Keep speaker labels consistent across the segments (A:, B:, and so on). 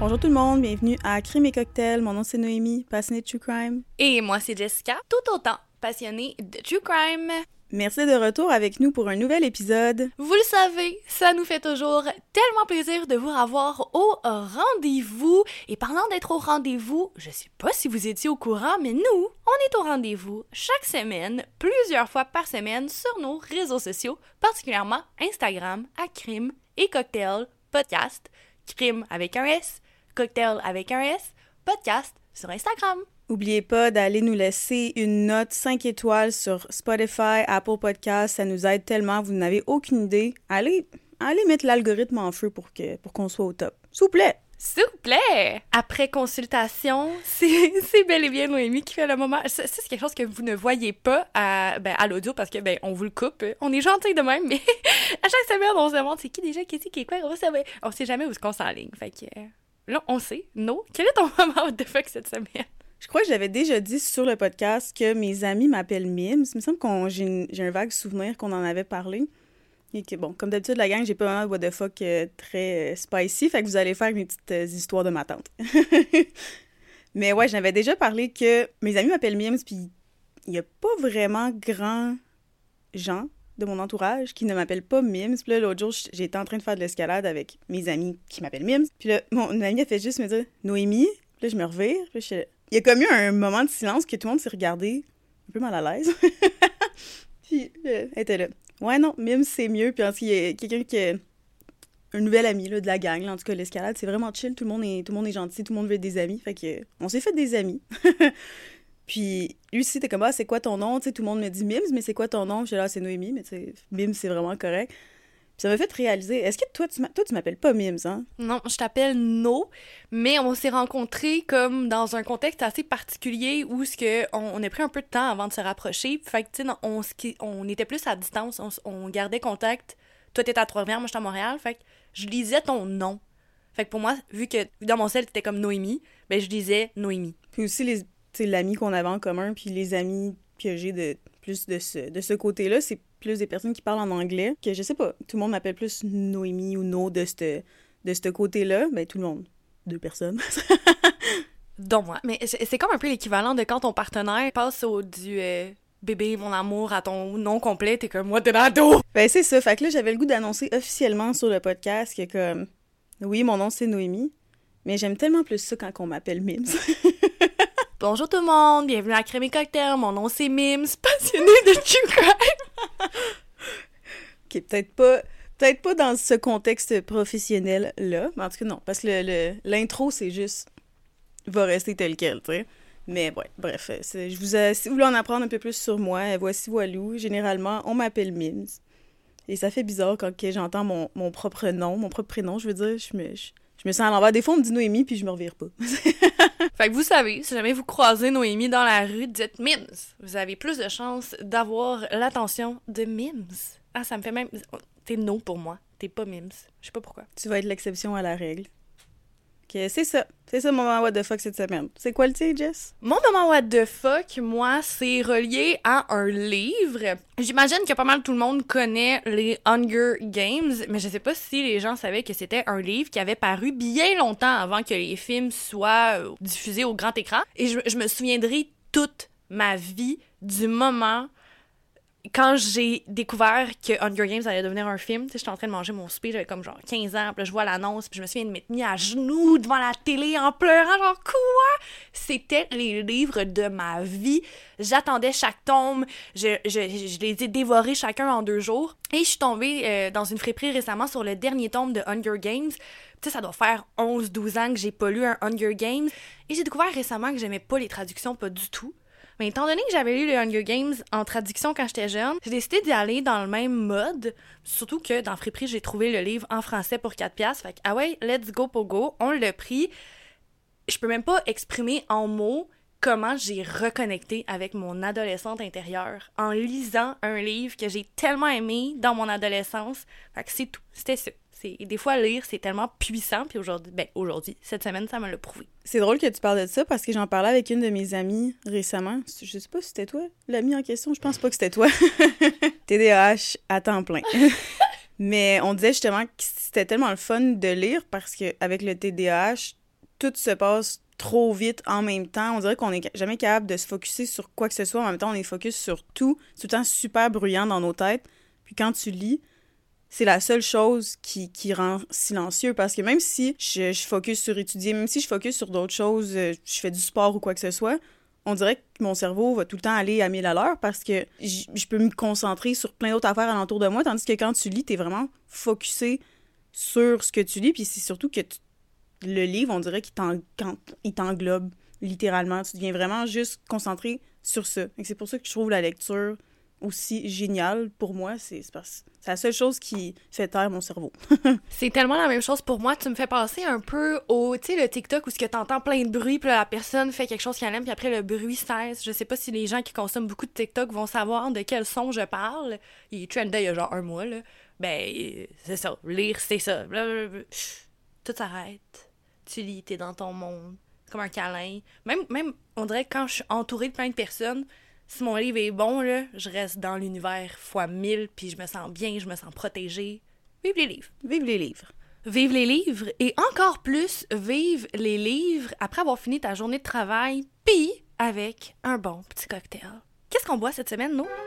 A: Bonjour tout le monde, bienvenue à Crime et Cocktail. Mon nom c'est Noémie, passionnée de True Crime.
B: Et moi c'est Jessica, tout autant passionnée de True Crime.
A: Merci de retour avec nous pour un nouvel épisode.
B: Vous le savez, ça nous fait toujours tellement plaisir de vous revoir au rendez-vous. Et parlant d'être au rendez-vous, je sais pas si vous étiez au courant, mais nous, on est au rendez-vous chaque semaine, plusieurs fois par semaine sur nos réseaux sociaux, particulièrement Instagram à Crime et Cocktail Podcast. Crime avec un S, Cocktail avec un S, podcast sur Instagram.
A: N'oubliez pas d'aller nous laisser une note 5 étoiles sur Spotify, Apple Podcasts, ça nous aide tellement, vous n'avez aucune idée. Allez mettre l'algorithme en feu pour qu'on soit au top. S'il vous plaît!
B: S'il vous plaît! Après consultation, c'est bel et bien Noémie qui fait le moment. Ça, c'est quelque chose que vous ne voyez pas à l'audio parce que, on vous le coupe. On est gentils de même, mais à chaque semaine, on se demande c'est qui déjà, qui est quoi, on sait jamais où est-ce qu'on s'enligne. Fait que là, on sait. No, quel est ton moment what the fuck cette semaine?
A: Je crois que j'avais déjà dit sur le podcast que mes amis m'appellent Mims. Il me semble que j'ai un vague souvenir qu'on en avait parlé. Et que, bon, comme d'habitude, la gang, j'ai pas un what the fuck très spicy, fait que vous allez faire mes petites histoires de ma tante. Mais ouais, j'avais déjà parlé que mes amis m'appellent Mims, puis il y a pas vraiment grand gens de mon entourage qui ne m'appellent pas Mims. Puis là, l'autre jour, j'étais en train de faire de l'escalade avec mes amis qui m'appellent Mims. Puis là, mon amie a fait juste me dire « Noémie ». Puis là, je me revire. Puis là, il y a comme eu un moment de silence que tout le monde s'est regardé un peu mal à l'aise. Puis elle était là. Ouais, non, Mims, c'est mieux. Puis en tout cas, il y a quelqu'un qui est un nouvel ami là, de la gang. Là. En tout cas, l'escalade, c'est vraiment chill. Tout le monde est gentil. Tout le monde veut être des amis. Fait que on s'est fait des amis. Puis lui aussi, t'es comme, ah, c'est quoi ton nom? Tu sais, tout le monde me dit Mims, mais c'est quoi ton nom? Je suis là, c'est Noémie, mais tu sais, Mims, c'est vraiment correct. Puis ça m'a fait réaliser, est-ce que toi, tu m'appelles pas Mims, hein?
B: Non, je t'appelle No, mais on s'est rencontrés comme dans un contexte assez particulier où on a pris un peu de temps avant de se rapprocher. Fait que, tu sais, on était plus à distance, on gardait contact. Toi, t'étais à Trois-Rivières, moi, j'étais à Montréal. Fait que je lisais ton nom. Fait que pour moi, vu que dans mon sel, t'étais comme Noémie, ben je disais Noémie.
A: Puis aussi, l'ami qu'on avait en commun, puis les amis que j'ai de ce côté-là, c'est plus des personnes qui parlent en anglais, que je sais pas, tout le monde m'appelle plus Noémie ou No de ce côté-là. Ben, tout le monde. 2 personnes.
B: Dont moi. Mais c'est comme un peu l'équivalent de quand ton partenaire passe du bébé, mon amour, à ton nom complet, t'es comme moi, t'es dans le dos!
A: Ben, c'est ça. Fait que là, j'avais le goût d'annoncer officiellement sur le podcast que, comme, oui, mon nom, c'est Noémie, mais j'aime tellement plus ça quand on m'appelle Mims.
B: Bonjour tout le monde, bienvenue à Crème et Cocktail, mon nom c'est Mims, passionnée de True Crime.
A: OK, peut-être pas dans ce contexte professionnel-là, mais en tout cas, non, parce que l'intro, c'est juste, va rester tel quel, tu sais. Mais ouais, bref, si vous voulez en apprendre un peu plus sur moi, voici voilou, généralement, on m'appelle Mims. Et ça fait bizarre quand j'entends mon propre nom, mon propre prénom, je veux dire, je me sens à l'envers. Des fois, on me dit Noémie, puis je me revire pas.
B: Fait que vous savez, si jamais vous croisez Noémie dans la rue, dites Mims. Vous avez plus de chances d'avoir l'attention de Mims. Ah, ça me fait même... T'es no pour moi. T'es pas Mims. Je sais pas pourquoi.
A: Tu vas être l'exception à la règle. OK, c'est ça. C'est ça mon moment what the fuck cette semaine. C'est quoi le tien, Jess?
B: Mon moment what the fuck, moi, c'est relié à un livre. J'imagine que pas mal tout le monde connaît les Hunger Games, mais je sais pas si les gens savaient que c'était un livre qui avait paru bien longtemps avant que les films soient diffusés au grand écran. Et je me souviendrai toute ma vie du moment quand j'ai découvert que Hunger Games allait devenir un film. Tu sais, j'étais en train de manger mon souper, j'avais comme genre 15 ans, puis là, je vois l'annonce, puis je me souviens de m'être mis à genoux devant la télé en pleurant, genre quoi? C'était les livres de ma vie. J'attendais chaque tome, je les ai dévorés chacun en 2 jours, et je suis tombée dans une friperie récemment sur le dernier tome de Hunger Games. Tu sais, ça doit faire 11-12 ans que j'ai pas lu un Hunger Games, et j'ai découvert récemment que j'aimais pas les traductions, pas du tout. Mais étant donné que j'avais lu les Hunger Games en traduction quand j'étais jeune, j'ai décidé d'y aller dans le même mode. Surtout que dans Friperie, j'ai trouvé le livre en français pour 4$. Fait que, ah ouais, let's go pogo, on l'a pris. Je peux même pas exprimer en mots comment j'ai reconnecté avec mon adolescente intérieure en lisant un livre que j'ai tellement aimé dans mon adolescence. Fait que c'est tout, c'était ça. Des fois, lire, c'est tellement puissant, puis aujourd'hui, cette semaine, ça me l'a prouvé.
A: C'est drôle que tu parles de ça, parce que j'en parlais avec une de mes amies récemment. Je sais pas si c'était toi, l'amie en question, je pense pas que c'était toi. TDAH à temps plein. Mais on disait justement que c'était tellement le fun de lire, parce qu'avec le TDAH, tout se passe trop vite en même temps. On dirait qu'on n'est jamais capable de se focusser sur quoi que ce soit. En même temps, on est focus sur tout. C'est tout le temps super bruyant dans nos têtes. Puis quand tu lis, c'est la seule chose qui rend silencieux. Parce que même si je focus sur étudier, même si je focus sur d'autres choses, je fais du sport ou quoi que ce soit, on dirait que mon cerveau va tout le temps aller à 1000 à l'heure parce que je peux me concentrer sur plein d'autres affaires alentour de moi. Tandis que quand tu lis, t'es vraiment focusé sur ce que tu lis. Puis c'est surtout que le livre, on dirait qu'il t'englobe littéralement. Tu deviens vraiment juste concentré sur ça. Et c'est pour ça que je trouve la lecture aussi géniale pour moi. C'est parce que c'est la seule chose qui fait taire mon cerveau.
B: C'est tellement la même chose pour moi. Tu me fais penser un peu au, tu sais, le TikTok où t'entends plein de bruit, puis là, la personne fait quelque chose qu'elle aime, puis après le bruit cesse. Je sais pas si les gens qui consomment beaucoup de TikTok vont savoir de quel son je parle. Il trendait il y a genre un mois, là. Ben, c'est ça. Lire, c'est ça. Blablabla. Tout s'arrête. Tu lis, t'es dans ton monde. C'est comme un câlin. Même, on dirait que quand je suis entourée de plein de personnes, si mon livre est bon, là, je reste dans l'univers fois 1000, puis je me sens bien, je me sens protégée. Vive les livres.
A: Vive les livres.
B: Vive les livres, et encore plus, vive les livres après avoir fini ta journée de travail, puis avec un bon petit cocktail. Qu'est-ce qu'on boit cette semaine, nous?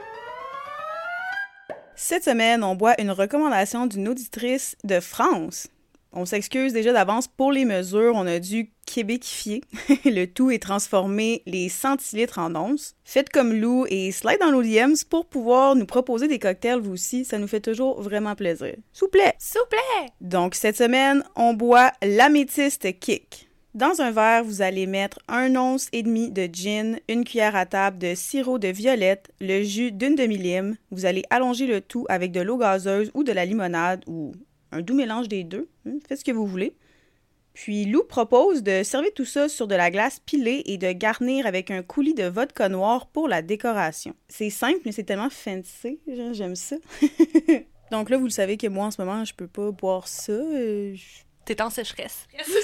A: Cette semaine, on boit une recommandation d'une auditrice de France. On s'excuse déjà d'avance pour les mesures, on a dû québécifier. Le tout est transformer les centilitres en onces. Faites comme Lou et slide dans nos DMs pour pouvoir nous proposer des cocktails vous aussi, ça nous fait toujours vraiment plaisir. S'il vous plaît!
B: S'il vous plaît!
A: Donc cette semaine, on boit l'Améthyste Kick. Dans un verre, vous allez mettre 1 once et demi de gin, 1 cuillère à table de sirop de violette, le jus d'une demi-lime. Vous allez allonger le tout avec de l'eau gazeuse ou de la limonade ou un doux mélange des deux. Faites ce que vous voulez. Puis Lou propose de servir tout ça sur de la glace pilée et de garnir avec un coulis de vodka noir pour la décoration. C'est simple, mais c'est tellement fancy. J'aime ça. Donc là, vous le savez que moi, en ce moment, je peux pas boire ça.
B: T'es en sécheresse.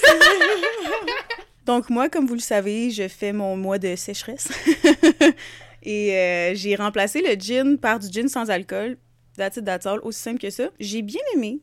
A: Donc moi, comme vous le savez, je fais mon mois de sécheresse. Et j'ai remplacé le gin par du gin sans alcool. That's it, that's all, aussi simple que ça. J'ai bien aimé.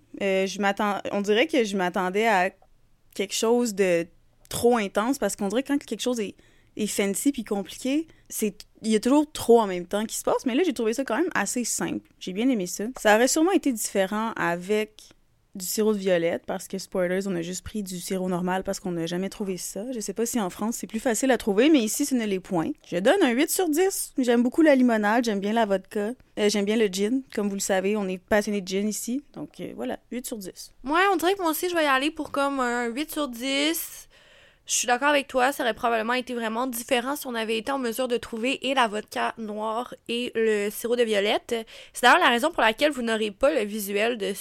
A: On dirait que je m'attendais à quelque chose de trop intense parce qu'on dirait que quand quelque chose est fancy puis compliqué, il y a toujours trop en même temps qui se passe. Mais là, j'ai trouvé ça quand même assez simple. J'ai bien aimé ça. Ça aurait sûrement été différent avec du sirop de violette parce que, spoilers, on a juste pris du sirop normal parce qu'on n'a jamais trouvé ça. Je sais pas si en France, c'est plus facile à trouver, mais ici, ce ne l'est point. Je donne un 8 sur 10. J'aime beaucoup la limonade, j'aime bien la vodka, j'aime bien le gin. Comme vous le savez, on est passionné de gin ici. Donc voilà, 8 sur 10.
B: Ouais, on dirait que moi aussi, je vais y aller pour comme un 8 sur 10. Je suis d'accord avec toi, ça aurait probablement été vraiment différent si on avait été en mesure de trouver et la vodka noire et le sirop de violette. C'est d'ailleurs la raison pour laquelle vous n'aurez pas le visuel de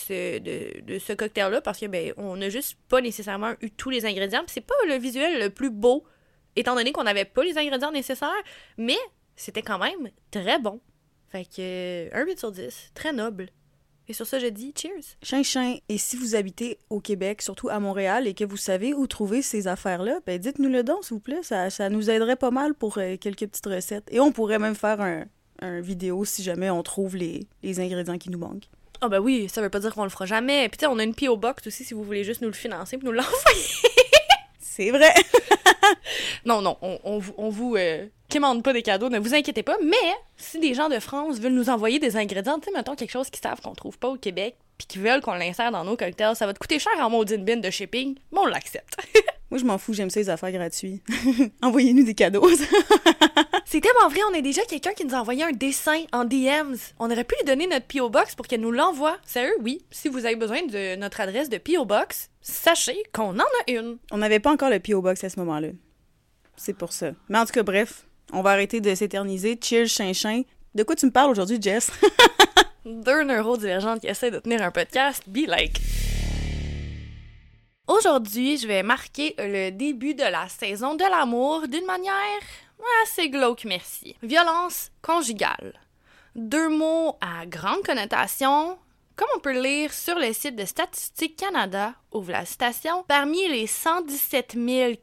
B: ce cocktail-là, parce que ben on n'a juste pas nécessairement eu tous les ingrédients. Puis c'est pas le visuel le plus beau, étant donné qu'on n'avait pas les ingrédients nécessaires, mais c'était quand même très bon. Fait que un 8 sur 10, très noble. Et sur ça, je dis cheers!
A: Chin-chin! Et si vous habitez au Québec, surtout à Montréal, et que vous savez où trouver ces affaires-là, ben dites-nous le donc, s'il vous plaît. Ça nous aiderait pas mal pour quelques petites recettes. Et on pourrait même faire un vidéo si jamais on trouve les ingrédients qui nous manquent.
B: Ah ben oui, ça veut pas dire qu'on le fera jamais. Puis tu sais, on a une P.O. Box aussi si vous voulez juste nous le financer puis nous l'envoyer.
A: C'est vrai!
B: Non, on vous quémande pas des cadeaux, ne vous inquiétez pas. Mais si des gens de France veulent nous envoyer des ingrédients, tu sais, mettons quelque chose qu'ils savent qu'on trouve pas au Québec, puis qu'ils veulent qu'on l'insère dans nos cocktails, ça va te coûter cher en maudine bin de shipping, mais on l'accepte.
A: Moi, je m'en fous, j'aime ça les affaires gratuites. Envoyez-nous des cadeaux.
B: C'est tellement vrai, on a déjà quelqu'un qui nous a envoyé un dessin en DMs. On aurait pu lui donner notre P.O. Box pour qu'elle nous l'envoie. Sérieux, oui. Si vous avez besoin de notre adresse de P.O. Box, sachez qu'on en a une.
A: On n'avait pas encore le P.O. Box à ce moment-là. C'est pour ça. Mais en tout cas, bref, on va arrêter de s'éterniser. Cheers, chin-chin. De quoi tu me parles aujourd'hui, Jess?
B: Deux neurodivergentes qui essaient de tenir un podcast, be like. Aujourd'hui, je vais marquer le début de la saison de l'amour d'une manière assez glauque, merci. Violence conjugale. Deux mots à grande connotation, Comme on peut le lire sur le site de Statistique Canada, ouvre la citation, parmi les 117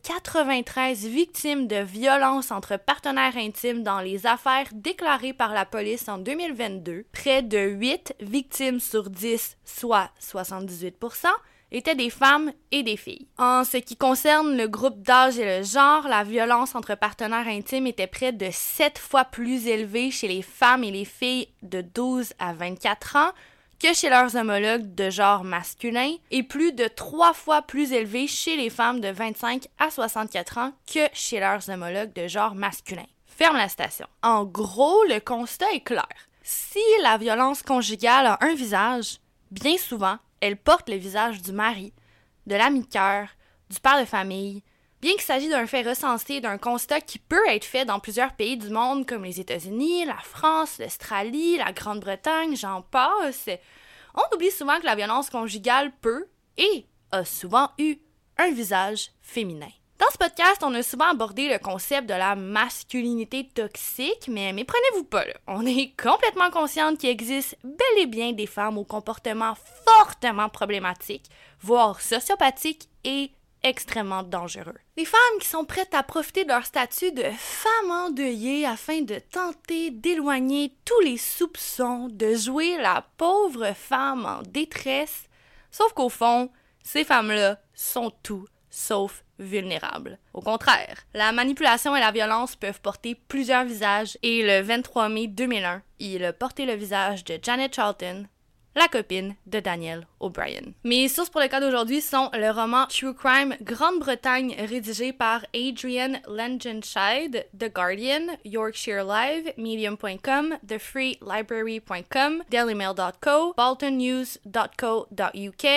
B: 093 victimes de violences entre partenaires intimes dans les affaires déclarées par la police en 2022, près de 8 victimes sur 10, soit 78%, étaient des femmes et des filles. En ce qui concerne le groupe d'âge et le genre, la violence entre partenaires intimes était près de 7 fois plus élevée chez les femmes et les filles de 12 à 24 ans que chez leurs homologues de genre masculin et plus de 3 fois plus élevée chez les femmes de 25 à 64 ans que chez leurs homologues de genre masculin. Ferme la citation. En gros, le constat est clair. Si la violence conjugale a un visage, bien souvent, elle porte le visage du mari, de l'ami de cœur, du père de famille, bien qu'il s'agisse d'un fait recensé, d'un constat qui peut être fait dans plusieurs pays du monde comme les États-Unis, la France, l'Australie, la Grande-Bretagne, j'en passe. On oublie souvent que la violence conjugale peut et a souvent eu un visage féminin. Dans ce podcast, on a souvent abordé le concept de la masculinité toxique, mais prenez-vous pas là. On est complètement consciente qu'il existe bel et bien des femmes au comportement fortement problématique, voire sociopathique et extrêmement dangereux. Des femmes qui sont prêtes à profiter de leur statut de femme endeuillée afin de tenter d'éloigner tous les soupçons, de jouer la pauvre femme en détresse, sauf qu'au fond, ces femmes-là sont tout sauf vulnérables. Au contraire, la manipulation et la violence peuvent porter plusieurs visages et le 23 mai 2001, il a porté le visage de Janet Charlton, la copine de Daniel O'Brien. Mes sources pour le cas d'aujourd'hui sont le roman True Crime Grande-Bretagne rédigé par Adrian Langenscheid, The Guardian, Yorkshire Live, Medium.com, TheFreeLibrary.com, DailyMail.co, BaltonNews.co.uk,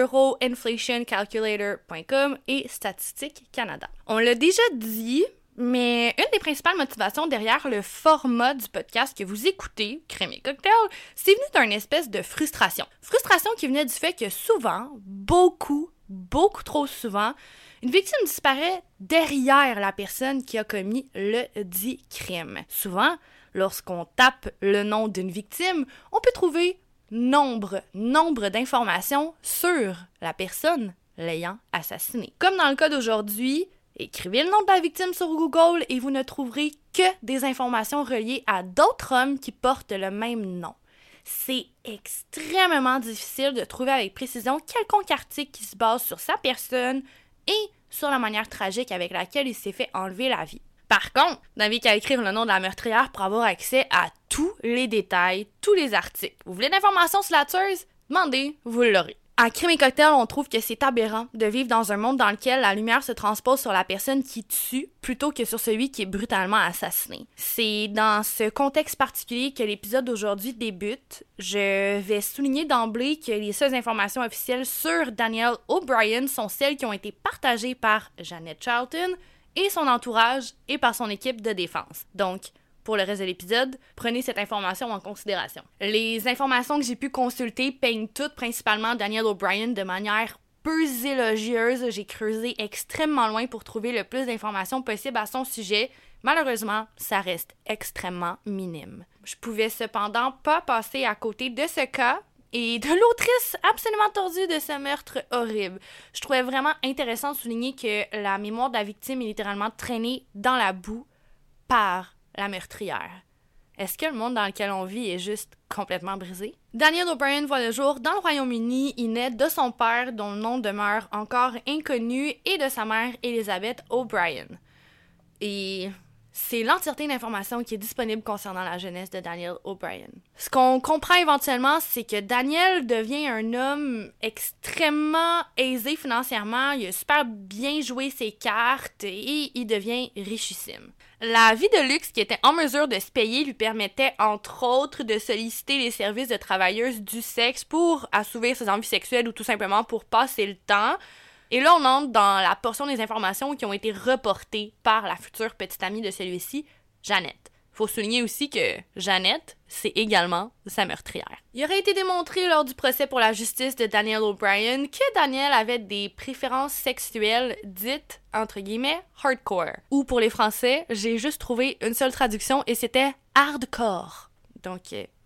B: l'EuroInflationCalculator.com et Statistique Canada. On l'a déjà dit, mais une des principales motivations derrière le format du podcast que vous écoutez, Crème et Cocktail, c'est venu d'une espèce de frustration. Frustration qui venait du fait que souvent, beaucoup trop souvent, une victime disparaît derrière la personne qui a commis le dit crime. Souvent, lorsqu'on tape le nom d'une victime, on peut trouver nombre d'informations sur la personne l'ayant assassinée. Comme dans le cas d'aujourd'hui, écrivez le nom de la victime sur Google et vous ne trouverez que des informations reliées à d'autres hommes qui portent le même nom. C'est extrêmement difficile de trouver avec précision quelconque article qui se base sur sa personne et sur la manière tragique avec laquelle il s'est fait enlever la vie. Par contre, vous n'avez qu'à écrire le nom de la meurtrière pour avoir accès à tous les détails, tous les articles. Vous voulez d'informations sur la tueuse? Demandez, vous l'aurez. À Crème et Cocktail, on trouve que c'est aberrant de vivre dans un monde dans lequel la lumière se transpose sur la personne qui tue plutôt que sur celui qui est brutalement assassiné. C'est dans ce contexte particulier que l'épisode d'aujourd'hui débute. Je vais souligner d'emblée que les seules informations officielles sur Daniel O'Brien sont celles qui ont été partagées par Janet Charlton et son entourage et par son équipe de défense. Donc, pour le reste de l'épisode, prenez cette information en considération. Les informations que j'ai pu consulter peignent toutes principalement Daniel O'Brien de manière peu élogieuse. J'ai creusé extrêmement loin pour trouver le plus d'informations possible à son sujet. Malheureusement, ça reste extrêmement minime. Je pouvais cependant pas passer à côté de ce cas et de l'autrice absolument tordue de ce meurtre horrible. Je trouvais vraiment intéressant de souligner que la mémoire de la victime est littéralement traînée dans la boue par la meurtrière. Est-ce que le monde dans lequel on vit est juste complètement brisé? Daniel O'Brien voit le jour dans le Royaume-Uni. Il naît de son père, dont le nom demeure encore inconnu, et de sa mère, Elizabeth O'Brien. Et c'est l'entièreté d'informations qui est disponible concernant la jeunesse de Daniel O'Brien. Ce qu'on comprend éventuellement, c'est que Daniel devient un homme extrêmement aisé financièrement, il a super bien joué ses cartes et il devient richissime. La vie de luxe qu'il était en mesure de se payer lui permettait, entre autres, de solliciter les services de travailleuses du sexe pour assouvir ses envies sexuelles ou tout simplement pour passer le temps. Et là, on entre dans la portion des informations qui ont été reportées par la future petite amie de celui-ci, Janet. Faut souligner aussi que Janet, c'est également sa meurtrière. Il aurait été démontré lors du procès pour la justice de Daniel O'Brien que Daniel avait des préférences sexuelles dites, entre guillemets, hardcore. Ou pour les Français, j'ai juste trouvé une seule traduction et c'était hardcore. Donc voilà.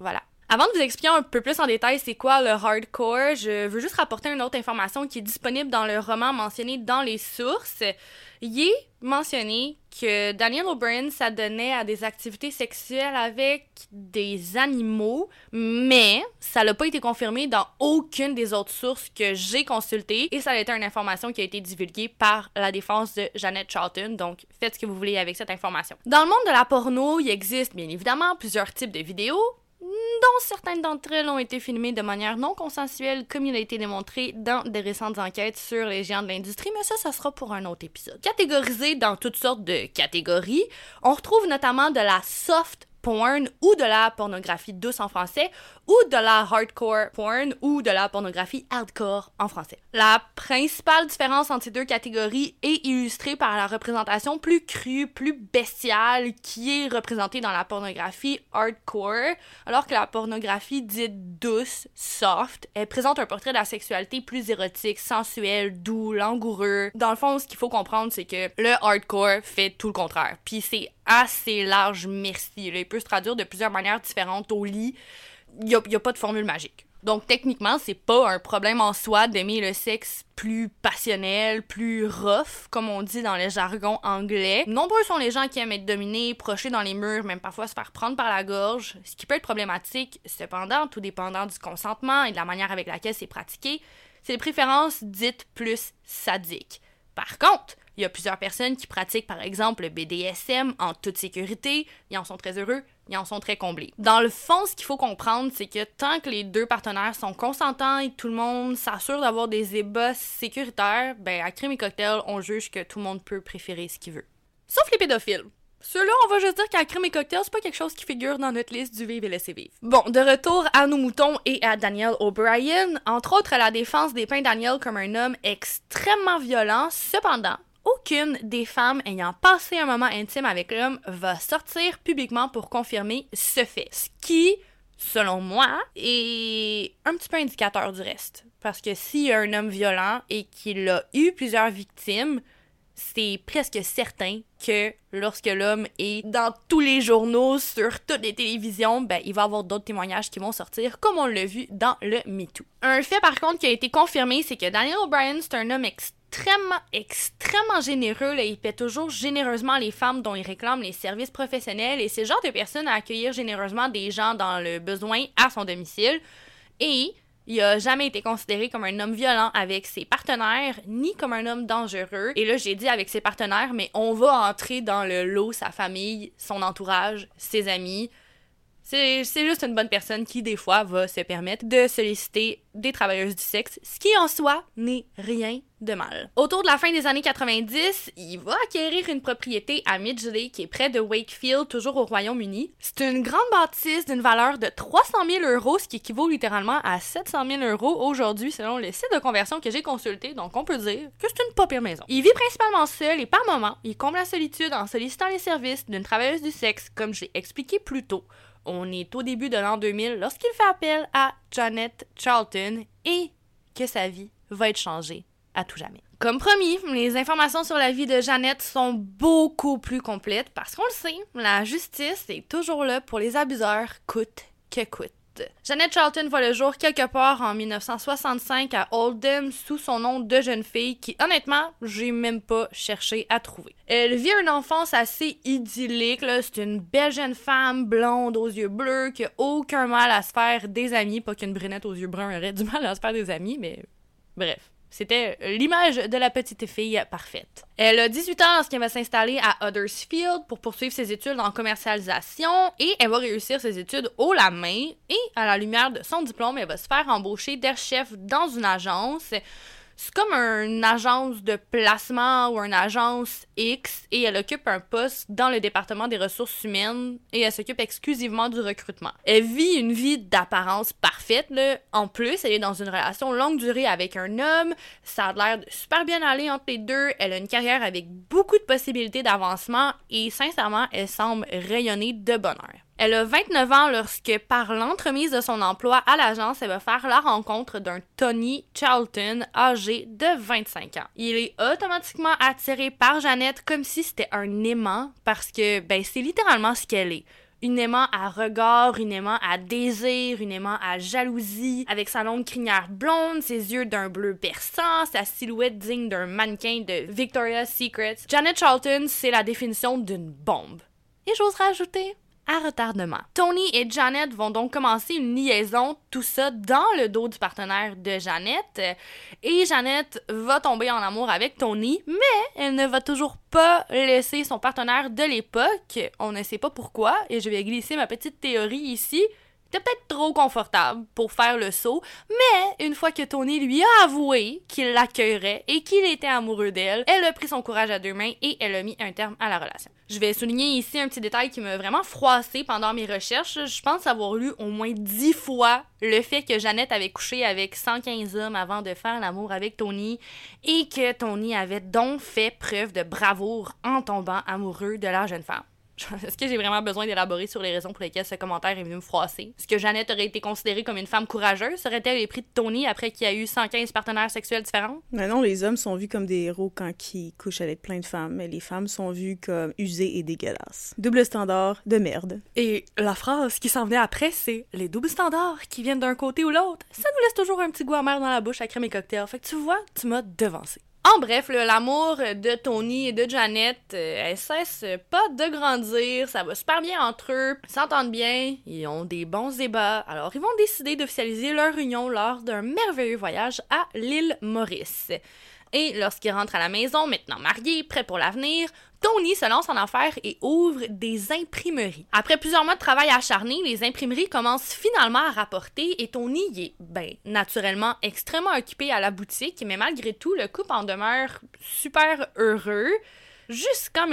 B: Avant de vous expliquer un peu plus en détail c'est quoi le hardcore, je veux juste rapporter une autre information qui est disponible dans le roman mentionné dans les sources. Il est mentionné que Daniel O'Byrne s'adonnait à des activités sexuelles avec des animaux, mais ça n'a pas été confirmé dans aucune des autres sources que j'ai consultées, et ça a été une information qui a été divulguée par la défense de Jeannette Charlton, donc faites ce que vous voulez avec cette information. Dans le monde de la porno, il existe bien évidemment plusieurs types de vidéos, dont certaines d'entre elles ont été filmées de manière non consensuelle, comme il a été démontré dans des récentes enquêtes sur les géants de l'industrie, mais ça sera pour un autre épisode. Catégorisées dans toutes sortes de catégories, on retrouve notamment de la soft porn ou de la pornographie douce en français, ou de la hardcore porn ou de la pornographie hardcore en français. La principale différence entre ces deux catégories est illustrée par la représentation plus crue, plus bestiale qui est représentée dans la pornographie hardcore, alors que la pornographie dite douce, soft, elle présente un portrait de la sexualité plus érotique, sensuel, doux, langoureux. Dans le fond, ce qu'il faut comprendre, c'est que le hardcore fait tout le contraire. Puis c'est assez large, merci. Là, il peut se traduire de plusieurs manières différentes au lit. Il y a pas de formule magique. Donc, techniquement, c'est pas un problème en soi d'aimer le sexe plus passionnel, plus rough, comme on dit dans le jargon anglais. Nombreux sont les gens qui aiment être dominés, projetés dans les murs, même parfois se faire prendre par la gorge, ce qui peut être problématique. Cependant, tout dépendant du consentement et de la manière avec laquelle c'est pratiqué, c'est les préférences dites plus sadiques. Par contre, il y a plusieurs personnes qui pratiquent par exemple le BDSM en toute sécurité, ils en sont très heureux, ils en sont très comblés. Dans le fond, ce qu'il faut comprendre, c'est que tant que les deux partenaires sont consentants et que tout le monde s'assure d'avoir des ébats sécuritaires, ben à Crime et Cocktail, on juge que tout le monde peut préférer ce qu'il veut. Sauf les pédophiles. Ceux-là, on va juste dire qu'à Crime et Cocktail, c'est pas quelque chose qui figure dans notre liste du Vive et laissez vivre. Bon, de retour à nos moutons et à Daniel O'Brien, entre autres, la défense dépeint Daniel comme un homme extrêmement violent. Cependant, aucune des femmes ayant passé un moment intime avec l'homme va sortir publiquement pour confirmer ce fait. Ce qui, selon moi, est un petit peu indicateur du reste. Parce que s'il y a un homme violent et qu'il a eu plusieurs victimes, c'est presque certain que lorsque l'homme est dans tous les journaux, sur toutes les télévisions, ben, il va y avoir d'autres témoignages qui vont sortir, comme on l'a vu dans le MeToo. Un fait, par contre, qui a été confirmé, c'est que Daniel O'Brien, c'est un homme extrêmement généreux. Là. Il paie toujours généreusement les femmes dont il réclame les services professionnels, et c'est le genre de personne à accueillir généreusement des gens dans le besoin à son domicile. Et il a jamais été considéré comme un homme violent avec ses partenaires, ni comme un homme dangereux. Et là, j'ai dit avec ses partenaires, mais on va entrer dans le lot, sa famille, son entourage, ses amis. C'est juste une bonne personne qui, des fois, va se permettre de solliciter des travailleuses du sexe, ce qui, en soi, n'est rien de mal. Autour de la fin des années 90, il va acquérir une propriété à Midgley, qui est près de Wakefield, toujours au Royaume-Uni. C'est une grande bâtisse d'une valeur de 300 000 €, ce qui équivaut littéralement à 700 000 € aujourd'hui, selon le site de conversion que j'ai consulté, donc on peut dire que c'est une pas pire maison. Il vit principalement seul et par moments, il comble la solitude en sollicitant les services d'une travailleuse du sexe, comme je l'ai expliqué plus tôt. On est au début de l'an 2000 lorsqu'il fait appel à Jeannette Charlton et que sa vie va être changée à tout jamais. Comme promis, les informations sur la vie de Jeannette sont beaucoup plus complètes parce qu'on le sait, la justice est toujours là pour les abuseurs coûte que coûte. Jeannette Charlton voit le jour quelque part en 1965 à Oldham sous son nom de jeune fille qui, honnêtement, j'ai même pas cherché à trouver. Elle vit une enfance assez idyllique, là. C'est une belle jeune femme blonde aux yeux bleus qui a aucun mal à se faire des amis. Pas qu'une brunette aux yeux bruns aurait du mal à se faire des amis, mais bref. C'était l'image de la petite fille parfaite. Elle a 18 ans lorsqu'elle va s'installer à Huddersfield pour poursuivre ses études en commercialisation et elle va réussir ses études haut la main et à la lumière de son diplôme, elle va se faire embaucher d'air-chef dans une agence. C'est comme une agence de placement ou une agence X et elle occupe un poste dans le département des ressources humaines et elle s'occupe exclusivement du recrutement. Elle vit une vie d'apparence parfaite, là. En plus, elle est dans une relation longue durée avec un homme, ça a l'air de super bien aller entre les deux, elle a une carrière avec beaucoup de possibilités d'avancement et sincèrement, elle semble rayonner de bonheur. Elle a 29 ans lorsque, par l'entremise de son emploi à l'agence, elle va faire la rencontre d'un Tony Charlton âgé de 25 ans. Il est automatiquement attiré par Jeannette comme si c'était un aimant parce que, ben, c'est littéralement ce qu'elle est. Une aimant à regard, une aimant à désir, une aimant à jalousie, avec sa longue crinière blonde, ses yeux d'un bleu perçant, sa silhouette digne d'un mannequin de Victoria's Secret. Janet Charlton, c'est la définition d'une bombe. Et j'oserais ajouter, à retardement. Tony et Janet vont donc commencer une liaison, tout ça dans le dos du partenaire de Janet. Et Janet va tomber en amour avec Tony, mais elle ne va toujours pas laisser son partenaire de l'époque. On ne sait pas pourquoi, et je vais glisser ma petite théorie ici. C'était peut-être trop confortable pour faire le saut, mais une fois que Tony lui a avoué qu'il l'accueillerait et qu'il était amoureux d'elle, elle a pris son courage à deux mains et elle a mis un terme à la relation. Je vais souligner ici un petit détail qui m'a vraiment froissé pendant mes recherches. Je pense avoir lu au moins 10 fois le fait que Janet avait couché avec 115 hommes avant de faire l'amour avec Tony et que Tony avait donc fait preuve de bravoure en tombant amoureux de la jeune femme. Est-ce que j'ai vraiment besoin d'élaborer sur les raisons pour lesquelles ce commentaire est venu me froisser? Est-ce que Janet aurait été considérée comme une femme courageuse? Serait-elle les prix de Tony après qu'il y a eu 115 partenaires sexuels différents?
A: Mais non, les hommes sont vus comme des héros quand ils couchent avec plein de femmes, mais les femmes sont vues comme usées et dégueulasses. Double standard de merde.
B: Et la phrase qui s'en venait après, c'est « Les doubles standards qui viennent d'un côté ou l'autre, ça nous laisse toujours un petit goût amer dans la bouche à crème et cocktail. » Fait que tu vois, tu m'as devancé. En bref, l'amour de Tony et de Janet, elle cesse pas de grandir, ça va super bien entre eux, ils s'entendent bien, ils ont des bons débats, alors ils vont décider d'officialiser leur union lors d'un merveilleux voyage à l'île Maurice. Et lorsqu'ils rentrent à la maison, maintenant mariés, prêts pour l'avenir, Tony se lance en affaires et ouvre des imprimeries. Après plusieurs mois de travail acharné, les imprimeries commencent finalement à rapporter et Tony y est, naturellement extrêmement occupé à la boutique, mais malgré tout, le couple en demeure super heureux jusqu'en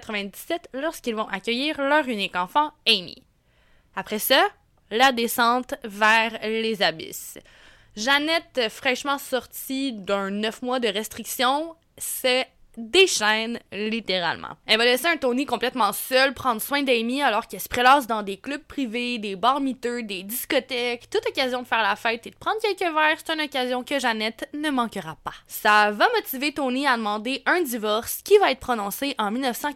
B: 1997 lorsqu'ils vont accueillir leur unique enfant, Amy. Après ça, la descente vers les abysses. Jeannette, fraîchement sortie d'un 9 mois de restriction, se déchaîne littéralement. Elle va laisser un Tony complètement seul prendre soin d'Amy alors qu'elle se prélasse dans des clubs privés, des bars miteux, des discothèques. Toute occasion de faire la fête et de prendre quelques verres, c'est une occasion que Jeannette ne manquera pas. Ça va motiver Tony à demander un divorce qui va être prononcé en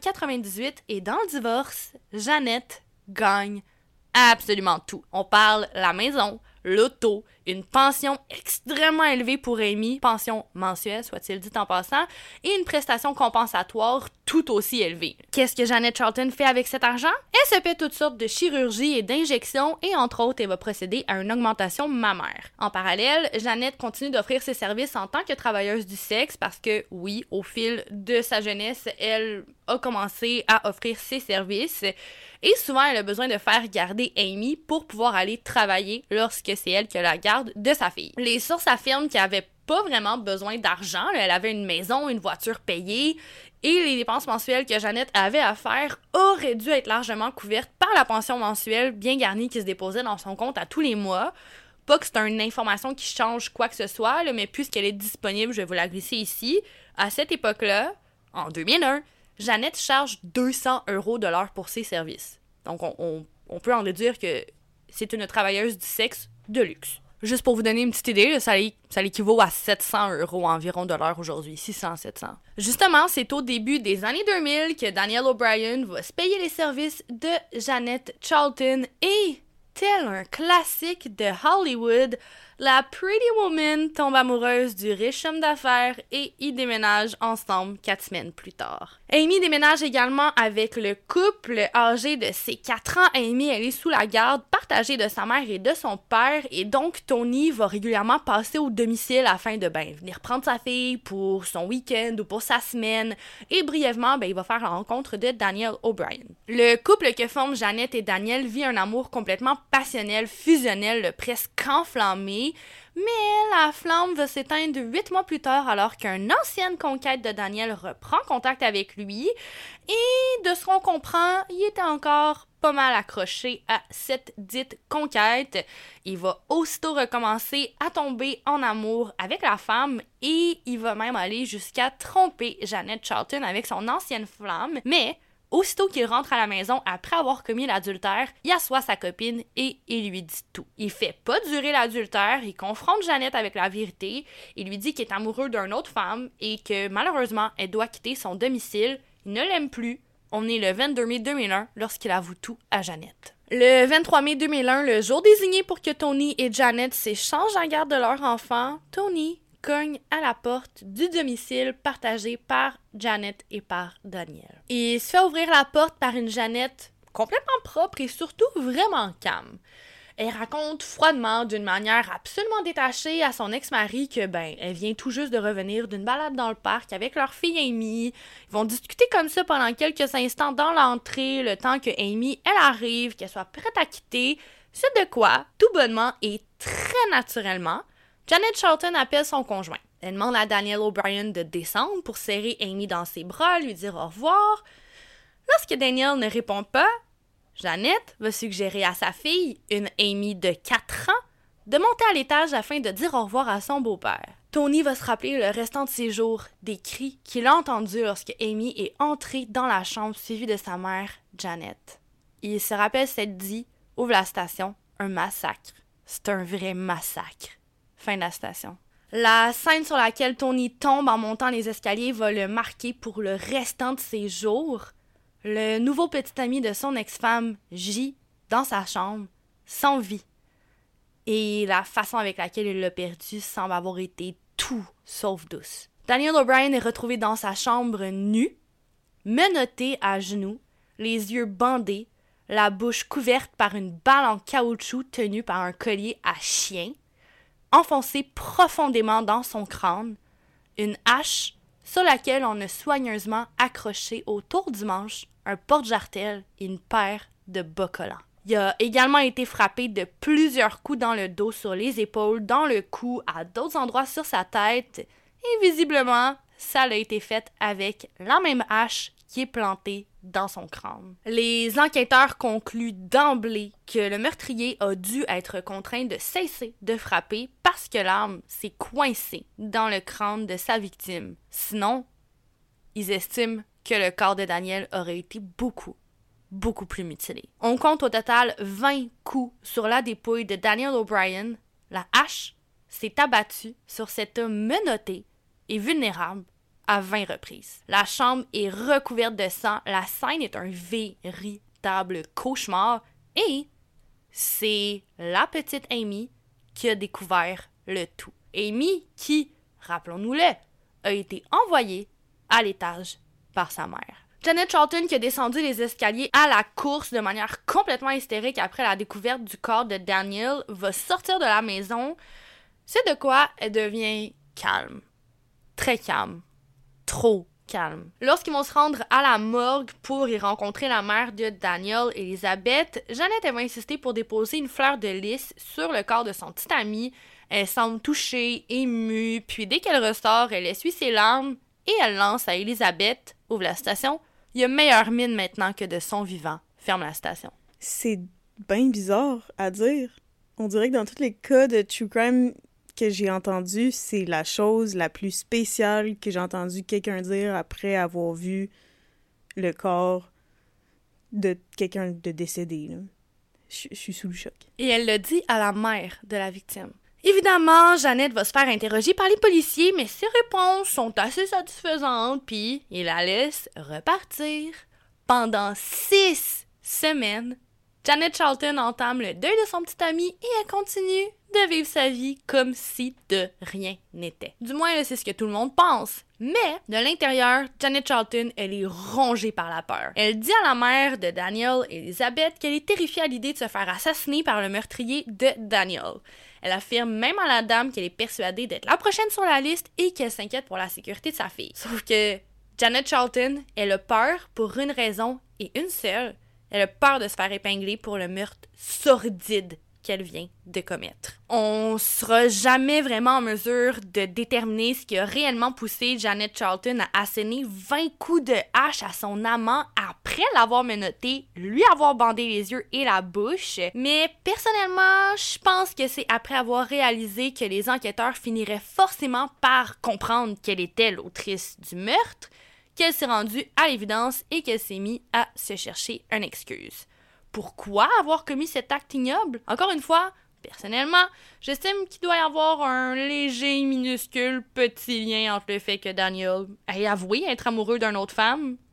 B: 1998 et dans le divorce, Jeannette gagne absolument tout. On parle la maison, l'auto, une pension extrêmement élevée pour Amy, pension mensuelle, soit-il dit en passant, et une prestation compensatoire tout aussi élevée. Qu'est-ce que Janet Charlton fait avec cet argent? Elle se paie toutes sortes de chirurgies et d'injections et entre autres, elle va procéder à une augmentation mammaire. En parallèle, Janet continue d'offrir ses services en tant que travailleuse du sexe parce que, oui, au fil de sa jeunesse, elle a commencé à offrir ses services et souvent, elle a besoin de faire garder Amy pour pouvoir aller travailler lorsque c'est elle qui a la garde de sa fille. Les sources affirment qu'elle avait pas vraiment besoin d'argent. Elle avait une maison, une voiture payée et les dépenses mensuelles que Jeannette avait à faire auraient dû être largement couvertes par la pension mensuelle bien garnie qui se déposait dans son compte à tous les mois. Pas que c'est une information qui change quoi que ce soit, là, mais puisqu'elle est disponible, je vais vous la glisser ici. À cette époque-là, en 2001, Jeannette charge 200 € de l'heure pour ses services. Donc, on peut en déduire que c'est une travailleuse du sexe de luxe. Juste pour vous donner une petite idée, ça l'équivaut à 700 € environ de l'heure aujourd'hui, 600, 700. Justement, c'est au début des années 2000 que Daniel O'Brien va se payer les services de Janet Charlton et, tel un classique de Hollywood, la Pretty Woman tombe amoureuse du riche homme d'affaires et ils déménagent ensemble 4 semaines plus tard. Amy déménage également avec le couple âgé de ses 4 ans. Amy, elle est sous la garde partagée de sa mère et de son père et donc Tony va régulièrement passer au domicile afin de venir prendre sa fille pour son week-end ou pour sa semaine et brièvement, il va faire la rencontre de Daniel O'Brien. Le couple que forment Janet et Daniel vit un amour complètement passionnel, fusionnel, presque enflammé. Mais la flamme va s'éteindre 8 mois plus tard alors qu'une ancienne conquête de Daniel reprend contact avec lui et de ce qu'on comprend, il était encore pas mal accroché à cette dite conquête. Il va aussitôt recommencer à tomber en amour avec la femme et il va même aller jusqu'à tromper Janet Charlton avec son ancienne flamme, mais aussitôt qu'il rentre à la maison après avoir commis l'adultère, il assoit sa copine et il lui dit tout. Il fait pas durer l'adultère, il confronte Janet avec la vérité, il lui dit qu'il est amoureux d'une autre femme et que malheureusement, elle doit quitter son domicile, il ne l'aime plus, On est le 22 mai 2001 lorsqu'il avoue tout à Janet. Le 23 mai 2001, le jour désigné pour que Tony et Janet s'échangent en garde de leur enfant, Tony cogne à la porte du domicile partagé par Janet et par Daniel. Il se fait ouvrir la porte par une Janet complètement propre et surtout vraiment calme. Elle raconte froidement, d'une manière absolument détachée à son ex-mari que, elle vient tout juste de revenir d'une balade dans le parc avec leur fille Amy. Ils vont discuter comme ça pendant quelques instants dans l'entrée, le temps que Amy, elle arrive, qu'elle soit prête à quitter. C'est de quoi, tout bonnement et très naturellement, Janet Charlton appelle son conjoint. Elle demande à Daniel O'Brien de descendre pour serrer Amy dans ses bras, lui dire au revoir. Lorsque Daniel ne répond pas, Janet va suggérer à sa fille, une Amy de 4 ans, de monter à l'étage afin de dire au revoir à son beau-père. Tony va se rappeler le restant de ses jours des cris qu'il a entendus lorsque Amy est entrée dans la chambre suivie de sa mère, Janet. Il se rappelle s'être dit, ouvre la station, un massacre. C'est un vrai massacre. Fin de la station. La scène sur laquelle Tony tombe en montant les escaliers va le marquer pour le restant de ses jours. Le nouveau petit ami de son ex-femme gît dans sa chambre, sans vie. Et la façon avec laquelle il l'a perdu semble avoir été tout sauf douce. Daniel O'Brien est retrouvé dans sa chambre nu, menotté à genoux, les yeux bandés, la bouche couverte par une balle en caoutchouc tenue par un collier à chien, enfoncée profondément dans son crâne, une hache sur laquelle on a soigneusement accroché autour du manche un porte-jartel et une paire de bas collants. Il a également été frappé de plusieurs coups dans le dos, sur les épaules, dans le cou, à d'autres endroits sur sa tête. Et visiblement, ça a été fait avec la même hache qui est plantée dans son crâne. Les enquêteurs concluent d'emblée que le meurtrier a dû être contraint de cesser de frapper parce que l'arme s'est coincée dans le crâne de sa victime. Sinon, ils estiment que le corps de Daniel aurait été beaucoup plus mutilé. On compte au total 20 coups sur la dépouille de Daniel O'Brien. La hache s'est abattue sur cet homme menotté et vulnérable à 20 reprises. La chambre est recouverte de sang. La scène est un véritable cauchemar. Et c'est la petite Amy qui a découvert le tout. Amy qui, rappelons-nous-le, a été envoyée à l'étage par sa mère. Janet Charlton, qui a descendu les escaliers à la course de manière complètement hystérique après la découverte du corps de Daniel, va sortir de la maison. C'est de quoi elle devient calme. Très calme. Trop calme. Lorsqu'ils vont se rendre à la morgue pour y rencontrer la mère de Daniel, Elizabeth, Janet elle va insister pour déposer une fleur de lys sur le corps de son petit ami. Elle semble touchée, émue, puis dès qu'elle ressort, elle essuie ses larmes et elle lance à Elizabeth, ouvre la station. Il y a meilleure mine maintenant que de son vivant. Ferme la station.
A: C'est bien bizarre à dire. On dirait que dans tous les cas de true crime que j'ai entendu, c'est la chose la plus spéciale que j'ai entendu quelqu'un dire après avoir vu le corps de quelqu'un de décédé. Là. Je suis sous le choc.
B: Et elle le dit à la mère de la victime. Évidemment, Janet va se faire interroger par les policiers, mais ses réponses sont assez satisfaisantes, puis il la laisse repartir. Pendant 6 semaines, Janet Charlton entame le deuil de son petit ami et elle continue de vivre sa vie comme si de rien n'était. Du moins, là, c'est ce que tout le monde pense. Mais, de l'intérieur, Janet Charlton, elle est rongée par la peur. Elle dit à la mère de Daniel, Elizabeth, qu'elle est terrifiée à l'idée de se faire assassiner par le meurtrier de Daniel. Elle affirme même à la dame qu'elle est persuadée d'être la prochaine sur la liste et qu'elle s'inquiète pour la sécurité de sa fille. Sauf que Janet Charlton, elle a peur pour une raison et une seule. Elle a peur de se faire épingler pour le meurtre sordide qu'elle vient de commettre. On sera jamais vraiment en mesure de déterminer ce qui a réellement poussé Janet Charlton à asséner 20 coups de hache à son amant après l'avoir menotté, lui avoir bandé les yeux et la bouche. Mais personnellement, je pense que c'est après avoir réalisé que les enquêteurs finiraient forcément par comprendre qu'elle était l'autrice du meurtre qu'elle s'est rendue à l'évidence et qu'elle s'est mise à se chercher une excuse. Pourquoi avoir commis cet acte ignoble? Encore une fois, personnellement, j'estime qu'il doit y avoir un léger, minuscule, petit lien entre le fait que Daniel ait avoué être amoureux d'une autre femme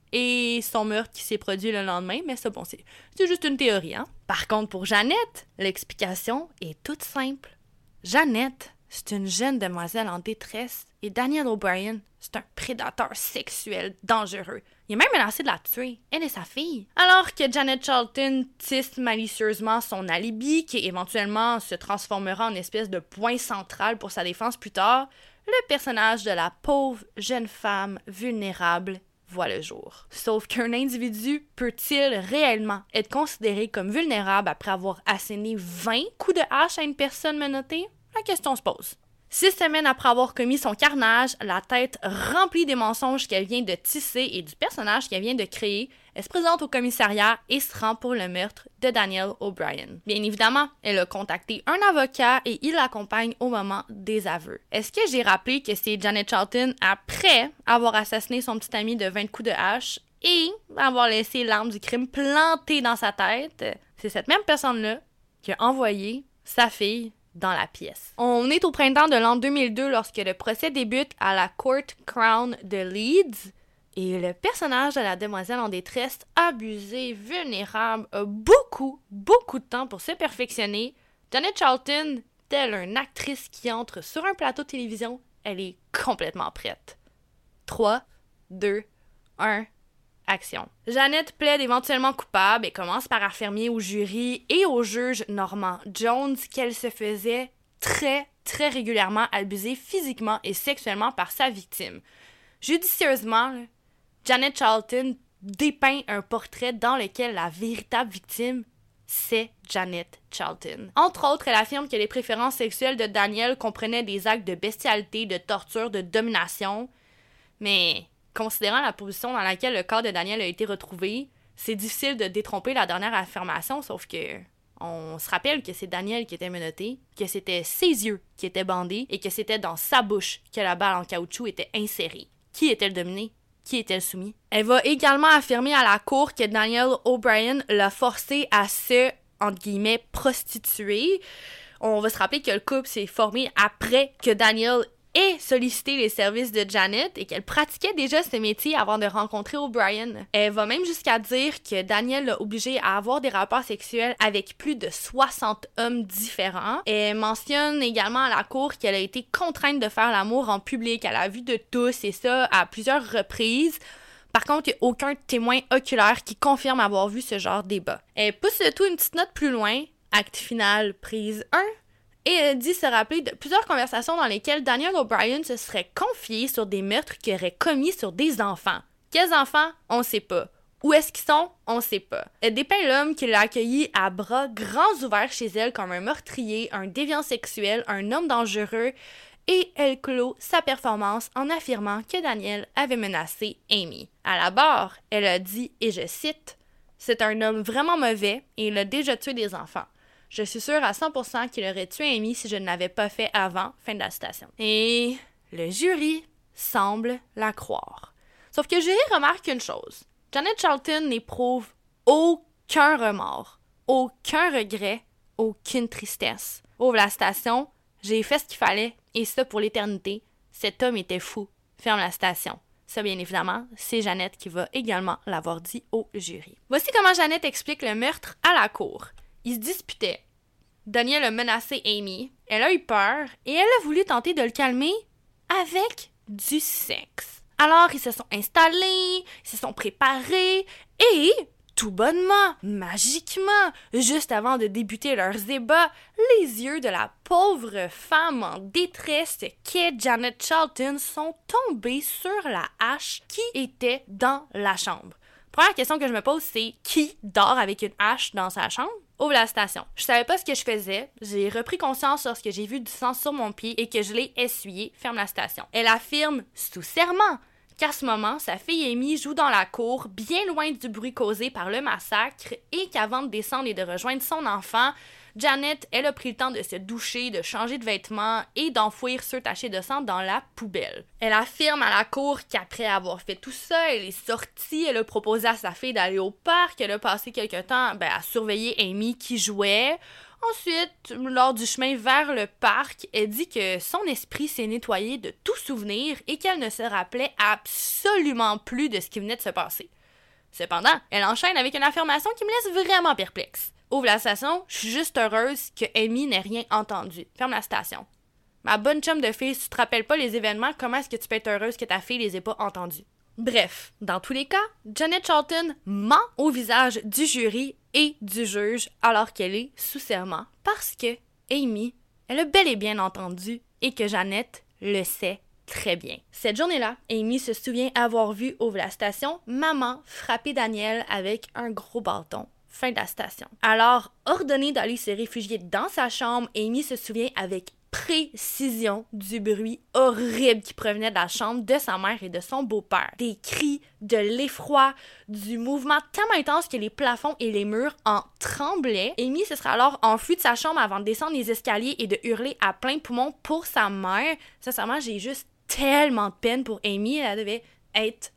B: et son meurtre qui s'est produit le lendemain, mais ça, bon, c'est juste une théorie, hein. Par contre, pour Jeannette, l'explication est toute simple. Jeannette, c'est une jeune demoiselle en détresse et Daniel O'Brien, c'est un prédateur sexuel dangereux. Il a même menacé de la tuer, elle et sa fille. Alors que Janet Charlton tisse malicieusement son alibi, qui éventuellement se transformera en espèce de point central pour sa défense plus tard, le personnage de la pauvre jeune femme vulnérable voit le jour. Sauf qu'un individu peut-il réellement être considéré comme vulnérable après avoir asséné 20 coups de hache à une personne menottée? La question se pose. 6 semaines après avoir commis son carnage, la tête remplie des mensonges qu'elle vient de tisser et du personnage qu'elle vient de créer, elle se présente au commissariat et se rend pour le meurtre de Daniel O'Brien. Bien évidemment, elle a contacté un avocat et il l'accompagne au moment des aveux. Est-ce que j'ai rappelé que c'est Janet Charlton, après avoir assassiné son petit ami de 20 coups de hache et avoir laissé l'arme du crime plantée dans sa tête, c'est cette même personne-là qui a envoyé sa fille dans la pièce. On est au printemps de l'an 2002 lorsque le procès débute à la Court Crown de Leeds et le personnage de la demoiselle en détresse, abusée, vulnérable, a beaucoup de temps pour se perfectionner. Janet Charlton, telle une actrice qui entre sur un plateau de télévision, elle est complètement prête. 3, 2, 1... action. Jeannette plaide éventuellement coupable et commence par affirmer au jury et au juge Norman Jones qu'elle se faisait très régulièrement abuser physiquement et sexuellement par sa victime. Judicieusement, Janet Charlton dépeint un portrait dans lequel la véritable victime, c'est Janet Charlton. Entre autres, elle affirme que les préférences sexuelles de Daniel comprenaient des actes de bestialité, de torture, de domination, mais considérant la position dans laquelle le corps de Daniel a été retrouvé, c'est difficile de détromper la dernière affirmation, sauf que on se rappelle que c'est Daniel qui était menotté, que c'était ses yeux qui étaient bandés et que c'était dans sa bouche que la balle en caoutchouc était insérée. Qui était le dominé? Qui était le soumis? Elle va également affirmer à la cour que Daniel O'Brien l'a forcé à se, entre guillemets, prostituer. On va se rappeler que le couple s'est formé après que Daniel ait sollicité les services de Janet et qu'elle pratiquait déjà ce métier avant de rencontrer O'Brien. Elle va même jusqu'à dire que Daniel l'a obligée à avoir des rapports sexuels avec plus de 60 hommes différents. Elle mentionne également à la cour qu'elle a été contrainte de faire l'amour en public à la vue de tous et ça à plusieurs reprises. Par contre, il n'y a aucun témoin oculaire qui confirme avoir vu ce genre de débat. Elle pousse le tout une petite note plus loin, acte final, prise 1, et elle dit se rappeler de plusieurs conversations dans lesquelles Daniel O'Brien se serait confié sur des meurtres qu'il aurait commis sur des enfants. Quels enfants? On sait pas. Où est-ce qu'ils sont? On sait pas. Elle dépeint l'homme qui l'a accueilli à bras grands ouverts chez elle comme un meurtrier, un déviant sexuel, un homme dangereux, et elle clôt sa performance en affirmant que Daniel avait menacé Amy. À la barre, elle a dit, et je cite, « C'est un homme vraiment mauvais et il a déjà tué des enfants. Je suis sûre à 100% qu'il aurait tué Amy si je ne l'avais pas fait avant. » Fin de la citation. Et le jury semble la croire. Sauf que le jury remarque une chose. Janet Charlton n'éprouve aucun remords, aucun regret, aucune tristesse. Ouvre la citation. J'ai fait ce qu'il fallait, et ça pour l'éternité. Cet homme était fou. Ferme la citation. Ça, bien évidemment, c'est Jeannette qui va également l'avoir dit au jury. Voici comment Jeannette explique le meurtre à la cour. Ils se disputaient. Daniel a menacé Amy. Elle a eu peur et elle a voulu tenter de le calmer avec du sexe. Alors, ils se sont installés, ils se sont préparés et, tout bonnement, magiquement, juste avant de débuter leurs débats, les yeux de la pauvre femme en détresse qu'est Janet Charlton sont tombés sur la hache qui était dans la chambre. Première question que je me pose, c'est qui dort avec une hache dans sa chambre? Ouvre la citation. Je savais pas ce que je faisais. J'ai repris conscience lorsque j'ai vu du sang sur mon pied et que je l'ai essuyé. Ferme la citation. Elle affirme sous serment qu'à ce moment, sa fille Amy joue dans la cour, bien loin du bruit causé par le massacre, et qu'avant de descendre et de rejoindre son enfant, Janet, elle a pris le temps de se doucher, de changer de vêtements et d'enfouir ceux tachés de sang dans la poubelle. Elle affirme à la cour qu'après avoir fait tout ça, elle est sortie, elle a proposé à sa fille d'aller au parc, elle a passé quelque temps à surveiller Amy qui jouait. Ensuite, lors du chemin vers le parc, elle dit que son esprit s'est nettoyé de tout souvenir et qu'elle ne se rappelait absolument plus de ce qui venait de se passer. Cependant, elle enchaîne avec une affirmation qui me laisse vraiment perplexe. Ouvre la station, je suis juste heureuse que Amy n'ait rien entendu. Ferme la station. Ma bonne chum de fille, si tu te rappelles pas les événements, comment est-ce que tu peux être heureuse que ta fille les ait pas entendus? Bref, dans tous les cas, Janet Charlton ment au visage du jury et du juge alors qu'elle est sous serment parce que Amy, elle a bel et bien entendu et que Janet le sait très bien. Cette journée-là, Amy se souvient avoir vu au la station maman frapper Daniel avec un gros bâton. Fin de la station. Alors, ordonnée d'aller se réfugier dans sa chambre, Amy se souvient avec précision du bruit horrible qui provenait de la chambre de sa mère et de son beau-père. Des cris, de l'effroi, du mouvement tellement intense que les plafonds et les murs en tremblaient. Amy se serait alors enfuie de sa chambre avant de descendre les escaliers et de hurler à plein poumon pour sa mère. Sincèrement, j'ai juste tellement de peine pour Amy. Elle devait être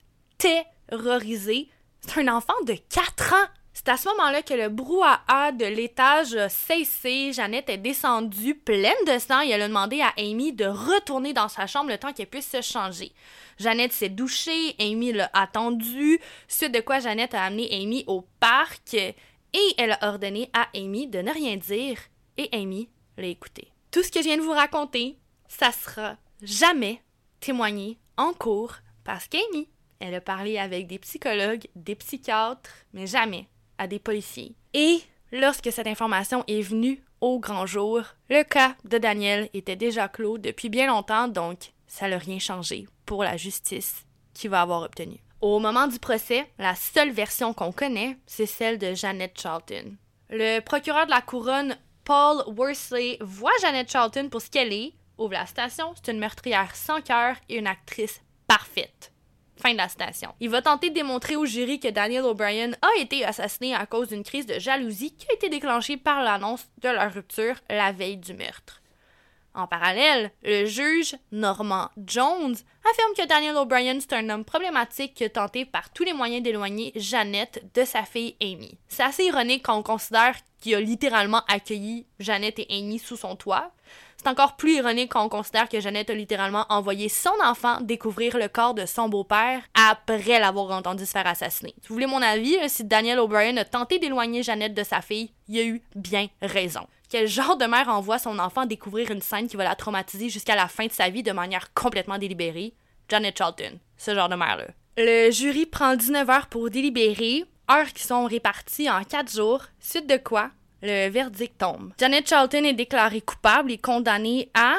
B: terrorisée. C'est un enfant de 4 ans! C'est à ce moment-là que le brouhaha de l'étage a cessé. Janet est descendue pleine de sang et elle a demandé à Amy de retourner dans sa chambre le temps qu'elle puisse se changer. Janet s'est douchée, Amy l'a attendue, suite de quoi Janet a amené Amy au parc et elle a ordonné à Amy de ne rien dire et Amy l'a écoutée. Tout ce que je viens de vous raconter, ça sera jamais témoigné en cours parce qu'Amy, elle a parlé avec des psychologues, des psychiatres, mais jamais à des policiers. Et lorsque cette information est venue au grand jour, le cas de Daniel était déjà clos depuis bien longtemps, donc ça n'a rien changé pour la justice qu'il va avoir obtenue. Au moment du procès, la seule version qu'on connaît, c'est celle de Janet Charlton. Le procureur de la couronne, Paul Worsley, voit Janet Charlton pour ce qu'elle est. Ouvre la station, c'est une meurtrière sans cœur et une actrice parfaite. Fin de la citation. Il va tenter de démontrer au jury que Daniel O'Brien a été assassiné à cause d'une crise de jalousie qui a été déclenchée par l'annonce de leur rupture la veille du meurtre. En parallèle, le juge, Norman Jones, affirme que Daniel O'Brien est un homme problématique qui a tenté par tous les moyens d'éloigner Janet de sa fille Amy. C'est assez ironique quand on considère qu'il a littéralement accueilli Janet et Amy sous son toit. C'est encore plus ironique quand on considère que Janet a littéralement envoyé son enfant découvrir le corps de son beau-père après l'avoir entendu se faire assassiner. Si vous voulez mon avis, si Daniel O'Brien a tenté d'éloigner Janet de sa fille, il a eu bien raison. Quel genre de mère envoie son enfant découvrir une scène qui va la traumatiser jusqu'à la fin de sa vie de manière complètement délibérée? Janet Charlton, ce genre de mère-là. Le jury prend 19 heures pour délibérer, heures qui sont réparties en 4 jours, suite de quoi le verdict tombe. Janet Charlton est déclarée coupable et condamnée à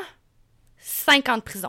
B: 5 ans de prison.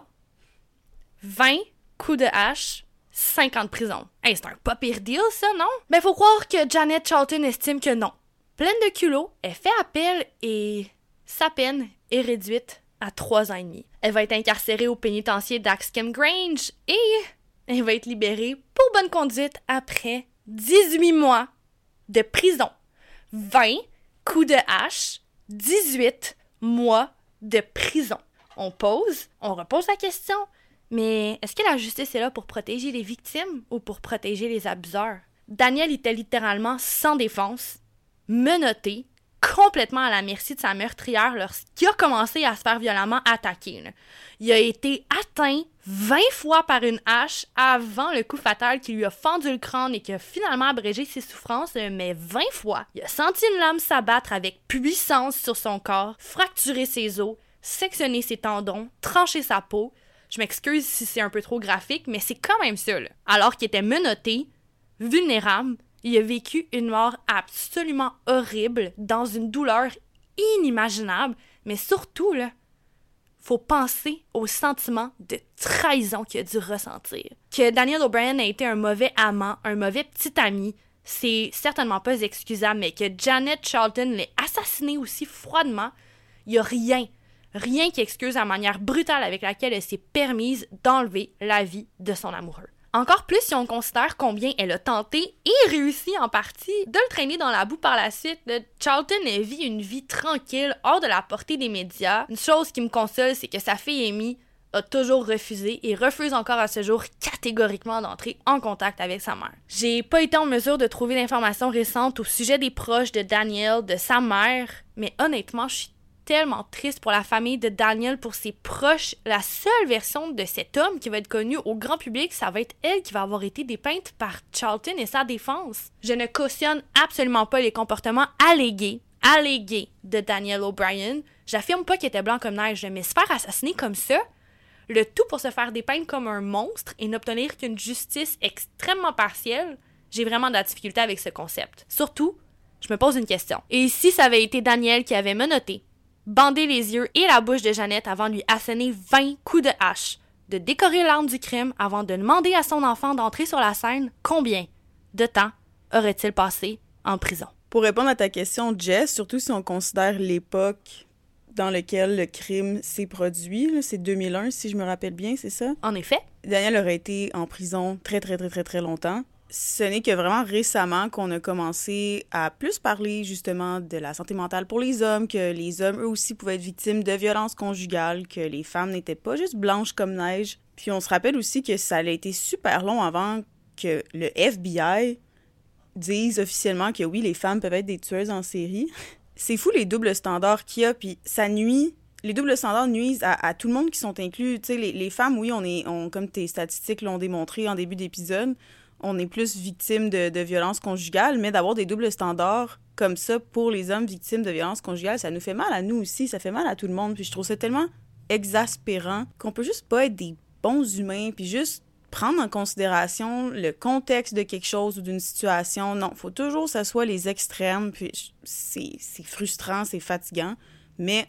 B: 20 coups de hache, 5 ans de prison. Hey, c'est un pas pire deal, ça, non? Ben, faut croire que Janet Charlton estime que non. Pleine de culot, elle fait appel et sa peine est réduite à 3 ans et demi. Elle va être incarcérée au pénitencier d'Axcombe Grange et elle va être libérée pour bonne conduite après 18 mois de prison. 20 coups de hache, 18 mois de prison. On repose la question, mais est-ce que la justice est là pour protéger les victimes ou pour protéger les abuseurs? Daniel était littéralement sans défense, menotté, complètement à la merci de sa meurtrière lorsqu'il a commencé à se faire violemment attaquer. Il a été atteint 20 fois par une hache avant le coup fatal qui lui a fendu le crâne et qui a finalement abrégé ses souffrances, mais 20 fois. Il a senti une lame s'abattre avec puissance sur son corps, fracturer ses os, sectionner ses tendons, trancher sa peau. Je m'excuse si c'est un peu trop graphique, mais c'est quand même ça, là. Alors qu'il était menotté, vulnérable, il a vécu une mort absolument horrible, dans une douleur inimaginable, mais surtout, là, faut penser au sentiment de trahison qu'il a dû ressentir. Que Daniel O'Brien a été un mauvais amant, un mauvais petit ami, c'est certainement pas excusable, mais que Janet Charlton l'ait assassiné aussi froidement, il y a rien qui excuse la manière brutale avec laquelle elle s'est permise d'enlever la vie de son amoureux. Encore plus si on considère combien elle a tenté et réussi en partie de le traîner dans la boue par la suite. Charlton vit une vie tranquille, hors de la portée des médias. Une chose qui me console, c'est que sa fille Amy a toujours refusé et refuse encore à ce jour catégoriquement d'entrer en contact avec sa mère. J'ai pas été en mesure de trouver d'informations récentes au sujet des proches de Daniel, de sa mère, mais honnêtement, je suis tellement triste pour la famille de Daniel, pour ses proches. La seule version de cet homme qui va être connue au grand public, ça va être elle qui va avoir été dépeinte par Charlton et sa défense. Je ne cautionne absolument pas les comportements allégués de Daniel O'Brien. J'affirme pas qu'il était blanc comme neige, mais se faire assassiner comme ça, le tout pour se faire dépeindre comme un monstre et n'obtenir qu'une justice extrêmement partielle, j'ai vraiment de la difficulté avec ce concept. Surtout, je me pose une question. Et si ça avait été Daniel qui avait menotté, bandé les yeux et la bouche de Jeannette avant de lui asséner 20 coups de hache, de décorer l'arme du crime avant de demander à son enfant d'entrer sur la scène, combien de temps aurait-il passé en prison?
A: Pour répondre à ta question, Jess, surtout si on considère l'époque dans laquelle le crime s'est produit, là, c'est 2001 si je me rappelle bien, c'est ça?
B: En effet.
A: Daniel aurait été en prison très longtemps. Ce n'est que vraiment récemment qu'on a commencé à plus parler justement de la santé mentale pour les hommes, que les hommes eux aussi pouvaient être victimes de violences conjugales, que les femmes n'étaient pas juste blanches comme neige. Puis on se rappelle aussi que ça a été super long avant que le FBI dise officiellement que oui, les femmes peuvent être des tueuses en série. C'est fou les doubles standards qu'il y a, puis ça nuit. Les doubles standards nuisent à tout le monde qui sont inclus. Tu sais, les femmes, oui, comme tes statistiques l'ont démontré en début d'épisode, on est plus victime de violences conjugales, mais d'avoir des doubles standards comme ça pour les hommes victimes de violences conjugales, ça nous fait mal à nous aussi, ça fait mal à tout le monde. Puis je trouve ça tellement exaspérant qu'on peut juste pas être des bons humains, puis juste prendre en considération le contexte de quelque chose ou d'une situation. Non, faut toujours que ça soit les extrêmes, puis c'est frustrant, c'est fatigant, mais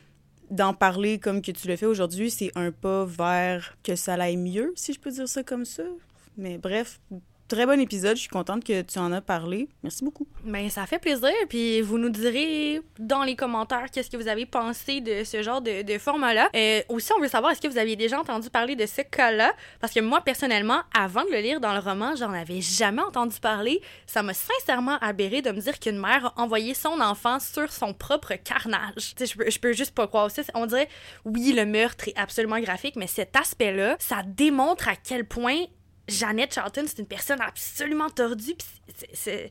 A: d'en parler comme que tu le fais aujourd'hui, c'est un pas vers que ça aille mieux, si je peux dire ça comme ça. Mais bref, très bon épisode, je suis contente que tu en as parlé. Merci beaucoup.
B: Ben, ça fait plaisir, puis vous nous direz dans les commentaires qu'est-ce que vous avez pensé de ce genre de format-là. Aussi, on veut savoir, est-ce que vous aviez déjà entendu parler de ce cas-là? Parce que moi, personnellement, avant de le lire dans le roman, j'en avais jamais entendu parler. Ça m'a sincèrement aberré de me dire qu'une mère a envoyé son enfant sur son propre carnage. Tu sais, je peux juste pas croire ça. On dirait, oui, le meurtre est absolument graphique, mais cet aspect-là, ça démontre à quel point Jeannette Charlton, c'est une personne absolument tordue, pis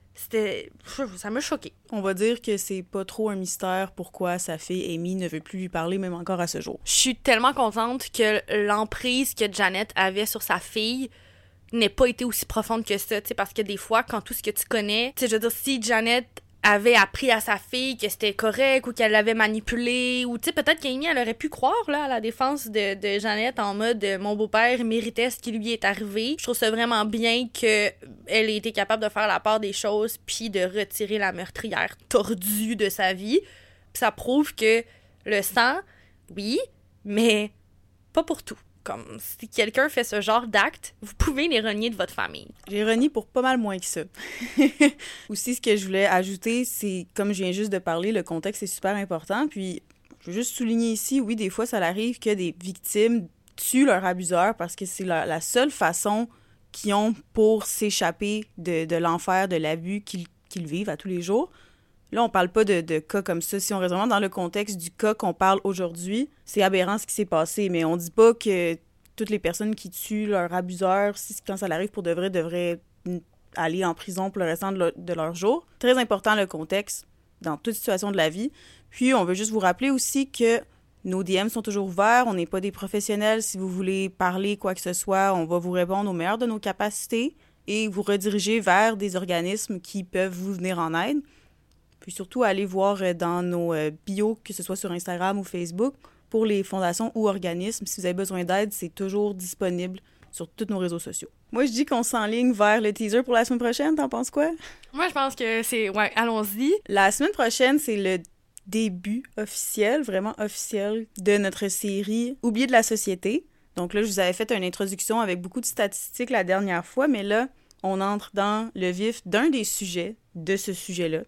B: ça m'a choquée.
A: On va dire que c'est pas trop un mystère pourquoi sa fille Amy ne veut plus lui parler, même encore à ce jour.
B: Je suis tellement contente que l'emprise que Jeannette avait sur sa fille n'ait pas été aussi profonde que ça, tu sais, parce que des fois, quand tout ce que tu connais, tu sais, je veux dire, si Jeannette avait appris à sa fille que c'était correct ou qu'elle l'avait manipulé, ou tu sais, peut-être qu'Amy, elle aurait pu croire là, à la défense de Jeannette en mode « mon beau-père méritait ce qui lui est arrivé ». Je trouve ça vraiment bien qu'elle ait été capable de faire la part des choses puis de retirer la meurtrière tordue de sa vie. Puis ça prouve que le sang, oui, mais pas pour tout. Comme si quelqu'un fait ce genre d'acte, vous pouvez les renier de votre famille.
A: J'ai renié pour pas mal moins que ça. Aussi, ce que je voulais ajouter, c'est, comme je viens juste de parler, le contexte est super important. Puis, je veux juste souligner ici, oui, des fois, ça arrive que des victimes tuent leur abuseur parce que c'est la seule façon qu'ils ont pour s'échapper de l'enfer, de l'abus qu'ils vivent à tous les jours. Là, on parle pas de cas comme ça. Si on reste vraiment dans le contexte du cas qu'on parle aujourd'hui, c'est aberrant ce qui s'est passé, mais on dit pas que toutes les personnes qui tuent leur abuseur, quand ça arrive pour de vrai, devraient aller en prison pour le restant de leur jour. Très important le contexte dans toute situation de la vie. Puis, on veut juste vous rappeler aussi que nos DM sont toujours ouverts. On n'est pas des professionnels. Si vous voulez parler quoi que ce soit, on va vous répondre au meilleur de nos capacités et vous rediriger vers des organismes qui peuvent vous venir en aide. Puis surtout, allez voir dans nos bios, que ce soit sur Instagram ou Facebook, pour les fondations ou organismes. Si vous avez besoin d'aide, c'est toujours disponible sur tous nos réseaux sociaux. Moi, je dis qu'on s'enligne vers le teaser pour la semaine prochaine. T'en penses quoi?
B: Moi, je pense que c'est... Ouais, allons-y.
A: La semaine prochaine, c'est le début officiel, vraiment officiel, de notre série « Oubliés de la société ». Donc là, je vous avais fait une introduction avec beaucoup de statistiques la dernière fois, mais là, on entre dans le vif d'un des sujets de ce sujet-là.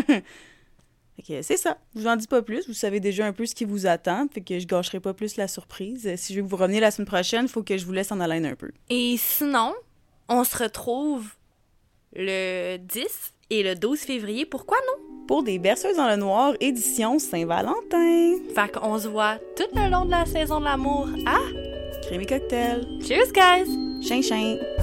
A: Fait que c'est ça. Je vous en dis pas plus. Vous savez déjà un peu ce qui vous attend. Fait que je gâcherai pas plus la surprise. Si je veux que vous reveniez la semaine prochaine, il faut que je vous laisse en haleine un peu.
B: Et sinon, on se retrouve le 10 et le 12 février. Pourquoi non?
A: Pour des Berceuses dans le noir, édition Saint-Valentin.
B: Fait qu'on se voit tout le long de la saison de l'amour à
A: Crémy Cocktail.
B: Cheers, guys!
A: Chin chin.